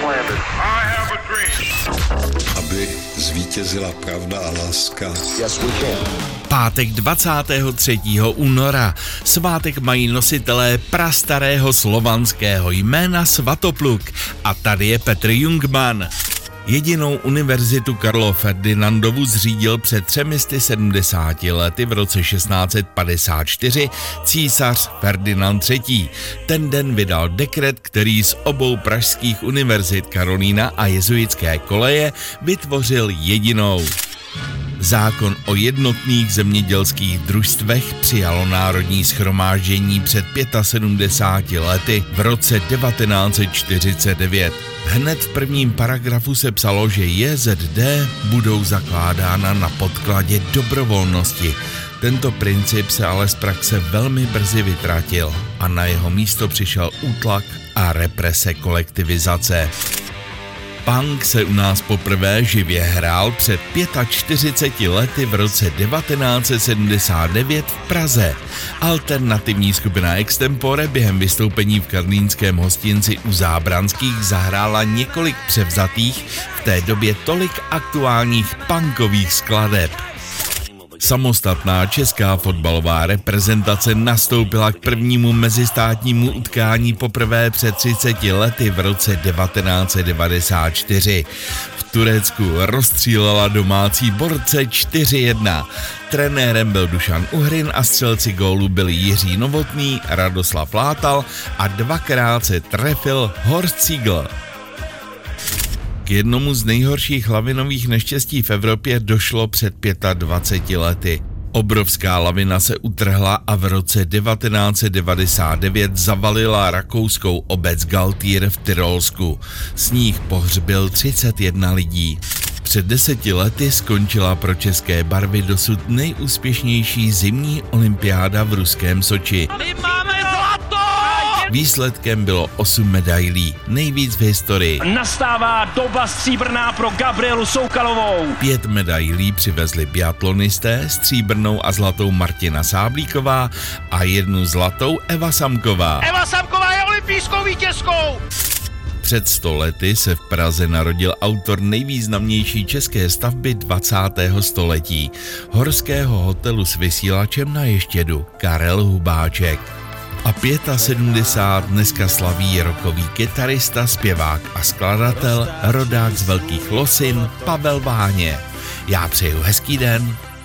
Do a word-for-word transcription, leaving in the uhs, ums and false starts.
Aby zvítězila pravda a láska. Yes, we can. Pátek dvacátého třetího února. Svátek mají nositelé prastarého slovanského jména Svatopluk. A tady je Petr Jungmann. Jedinou univerzitu Karlo Ferdinandovu zřídil před třemi sty sedmdesáti lety v roce šestnáct set padesát čtyři císař Ferdinand třetí. Ten den vydal dekret, který z obou pražských univerzit Karolína a jezuitské koleje vytvořil jedinou. Zákon o jednotných zemědělských družstvech přijalo Národní shromáždění před sedmdesáti pěti lety v roce devatenáct set čtyřicet devět. Hned v prvním paragrafu se psalo, že J Z D budou zakládána na podkladě dobrovolnosti. Tento princip se ale z praxe velmi brzy vytratil a na jeho místo přišel útlak a represe kolektivizace. Punk se u nás poprvé živě hrál před čtyřiceti pěti lety v roce devatenáct set sedmdesát devět v Praze. Alternativní skupina Extempore během vystoupení v karlínském hostinci u Zábranských zahrála několik převzatých, v té době tolik aktuálních punkových skladeb. Samostatná česká fotbalová reprezentace nastoupila k prvnímu mezistátnímu utkání poprvé před třiceti lety v roce devatenáct set devadesát čtyři. V Turecku rozstřílela domácí borce čtyři jedna. Trenérem byl Dušan Uhrin a střelci gólu byli Jiří Novotný, Radoslav Látal a dvakrát se trefil Horst Siegel. K jednomu z nejhorších lavinových neštěstí v Evropě došlo před dvaceti pěti lety. Obrovská lavina se utrhla a v roce devatenáct set devadesát devět zavalila rakouskou obec Galtýr v Tyrolsku. Sníh pohřbil třicet jedna lidí. Před deseti lety skončila pro české barvy dosud nejúspěšnější zimní olympiáda v ruském Soči. Výsledkem bylo osm medailí, nejvíc v historii. Nastává doba stříbrná pro Gabrielu Soukalovou. Pět medailí přivezli biatlonisté, stříbrnou a zlatou Martina Sáblíková a jednu zlatou Eva Samková. Eva Samková je olympijskou vítězkou! Před sto lety se v Praze narodil autor nejvýznamnější české stavby dvacátého století, horského hotelu s vysílačem na Ještědu, Karel Hubáček. A sedmdesát pět dneska slaví rockový kytarista, zpěvák a skladatel, rodák z Velkých Losin, Pavel Váně. Já přeju hezký den.